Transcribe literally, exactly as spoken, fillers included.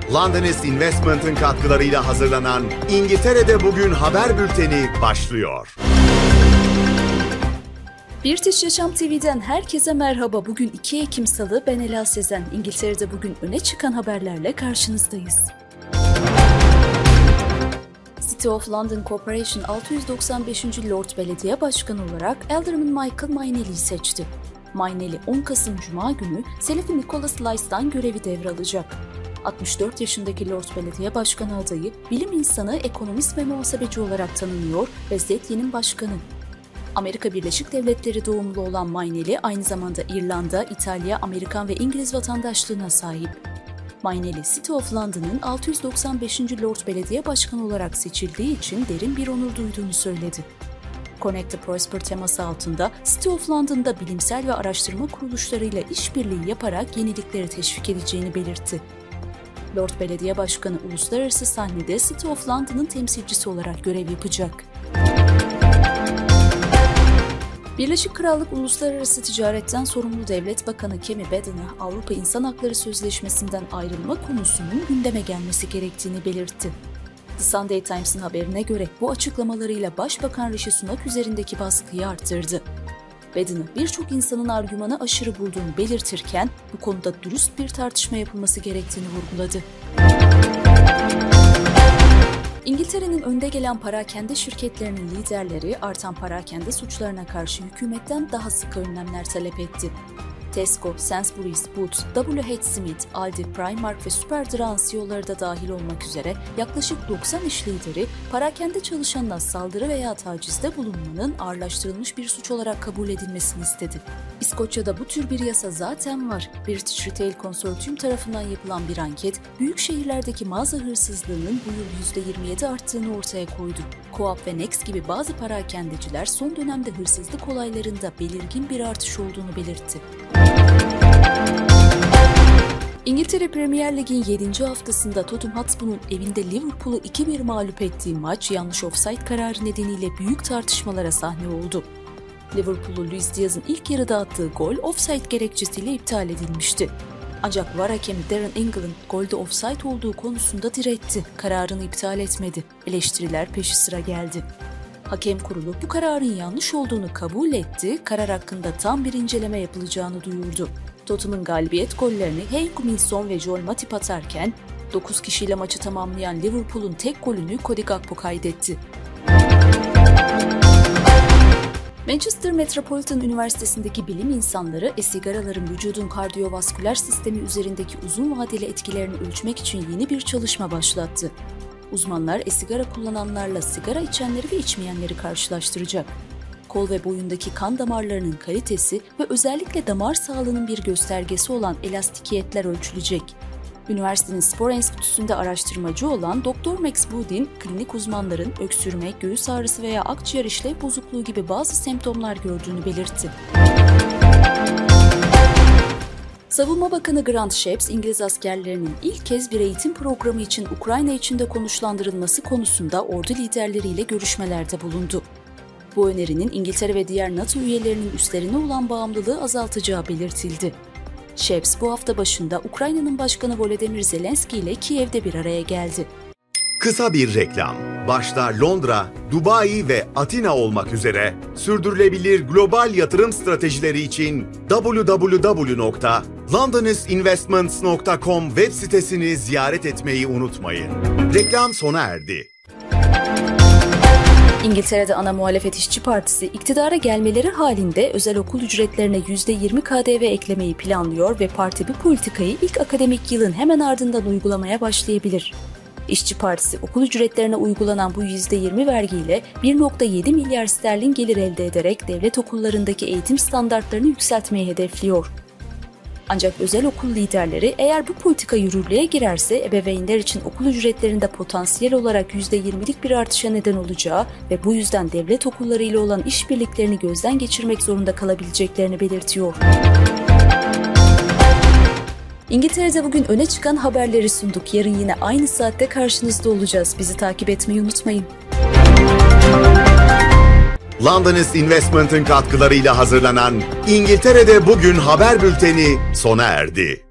Londonist Investment'ın katkılarıyla hazırlanan İngiltere'de Bugün haber bülteni başlıyor. British Yaşam T V'den herkese merhaba. Bugün iki Ekim Salı, ben Ela Sezen. İngiltere'de bugün öne çıkan haberlerle karşınızdayız. City of London Corporation altı yüz doksan beşinci Lord Belediye Başkanı olarak Alderman Michael Mainelli'yi seçti. Mainelli on Kasım Cuma günü Selifi Nicholas Lys'tan görevi devralacak. altmış dört yaşındaki Lord Belediye Başkanı adayı, bilim insanı, ekonomist ve muhasebeci olarak tanınıyor ve Z Y'nin başkanı. Amerika Birleşik Devletleri doğumlu olan Mainelli aynı zamanda İrlanda, İtalya, Amerikan ve İngiliz vatandaşlığına sahip. Mainelli, City of London'ın altı yüz doksan beşinci Lord Belediye Başkanı olarak seçildiği için derin bir onur duyduğunu söyledi. Connect the Prosper teması altında City of London'da bilimsel ve araştırma kuruluşlarıyla işbirliği yaparak yenilikleri teşvik edeceğini belirtti. Lord Belediye Başkanı uluslararası sahnede City of London'ın temsilcisi olarak görev yapacak. Birleşik Krallık Uluslararası Ticaretten Sorumlu Devlet Bakanı Kemi Badenoch, Avrupa İnsan Hakları Sözleşmesi'nden ayrılma konusunun gündeme gelmesi gerektiğini belirtti. The Sunday Times'ın haberine göre bu açıklamalarıyla Başbakan Rishi Sunak üzerindeki baskıyı arttırdı. Badenoch, birçok insanın argümanı aşırı bulduğunu belirtirken bu konuda dürüst bir tartışma yapılması gerektiğini vurguladı. İngiltere'nin önde gelen parakende şirketlerinin liderleri artan parakende suçlarına karşı hükümetten daha sıkı önlemler talep etti. Tesco, Sainsbury's, Boots, W H Smith, Aldi, Primark ve Superdrug'ın C E O'ları da dahil olmak üzere yaklaşık doksan iş lideri parakende çalışanına saldırı veya tacizde bulunmanın ağırlaştırılmış bir suç olarak kabul edilmesini istedi. İskoçya'da bu tür bir yasa zaten var. British Retail Consortium tarafından yapılan bir anket, büyük şehirlerdeki mağaza hırsızlığının bu yıl yüzde yirmi yedi arttığını ortaya koydu. Co-op ve Next gibi bazı parakendeciler son dönemde hırsızlık olaylarında belirgin bir artış olduğunu belirtti. İngiltere Premier Lig'in yedinci haftasında Tottenham Hotspur'un evinde Liverpool'u iki bir mağlup ettiği maç yanlış ofsayt kararı nedeniyle büyük tartışmalara sahne oldu. Liverpool'lu Luis Diaz'ın ilk yarıda attığı gol ofsayt gerekçesiyle iptal edilmişti. Ancak V A R hakemi Darren England golde ofsayt olduğu konusunda diretti, kararını iptal etmedi. Eleştiriler peşi sıra geldi. Hakem kurulu bu kararın yanlış olduğunu kabul etti, karar hakkında tam bir inceleme yapılacağını duyurdu. Tottenham'ın galibiyet gollerini Heung-min Son ve Joel Matip atarken dokuz kişiyle maçı tamamlayan Liverpool'un tek golünü Cody Gakpo kaydetti. Manchester Metropolitan Üniversitesi'ndeki bilim insanları e-sigaraların vücudun kardiyovasküler sistemi üzerindeki uzun vadeli etkilerini ölçmek için yeni bir çalışma başlattı. Uzmanlar e-sigara kullananlarla sigara içenleri ve içmeyenleri karşılaştıracak. Kol ve boyundaki kan damarlarının kalitesi ve özellikle damar sağlığının bir göstergesi olan elastikiyetler ölçülecek. Üniversitenin spor enstitüsünde araştırmacı olan doktor Max Budin, klinik uzmanların öksürme, göğüs ağrısı veya akciğer işlev bozukluğu gibi bazı semptomlar gördüğünü belirtti. Savunma Bakanı Grant Shapps, İngiliz askerlerinin ilk kez bir eğitim programı için Ukrayna içinde konuşlandırılması konusunda ordu liderleriyle görüşmelerde bulundu. Bu önerinin İngiltere ve diğer NATO üyelerinin üslerine olan bağımlılığı azaltacağı belirtildi. Shapps bu hafta başında Ukrayna'nın Başkanı Volodymyr Zelenski ile Kiev'de bir araya geldi. Kısa bir reklam. Başta Londra, Dubai ve Atina olmak üzere sürdürülebilir global yatırım stratejileri için double-u double-u double-u nokta londonist investments nokta com web sitesini ziyaret etmeyi unutmayın. Reklam sona erdi. İngiltere'de ana muhalefet İşçi Partisi iktidara gelmeleri halinde özel okul ücretlerine yüzde yirmi K D V eklemeyi planlıyor ve parti bu politikayı ilk akademik yılın hemen ardından uygulamaya başlayabilir. İşçi Partisi okul ücretlerine uygulanan bu yüzde yirmi vergiyle bir virgül yedi milyar sterlin gelir elde ederek devlet okullarındaki eğitim standartlarını yükseltmeyi hedefliyor. Ancak özel okul liderleri eğer bu politika yürürlüğe girerse ebeveynler için okul ücretlerinde potansiyel olarak yüzde yirmilik bir artışa neden olacağı ve bu yüzden devlet okulları ile olan işbirliklerini gözden geçirmek zorunda kalabileceklerini belirtiyor. İngiltere'de bugün öne çıkan haberleri sunduk. Yarın yine aynı saatte karşınızda olacağız. Bizi takip etmeyi unutmayın. Londonist Investment'ın katkılarıyla hazırlanan İngiltere'de Bugün haber bülteni sona erdi.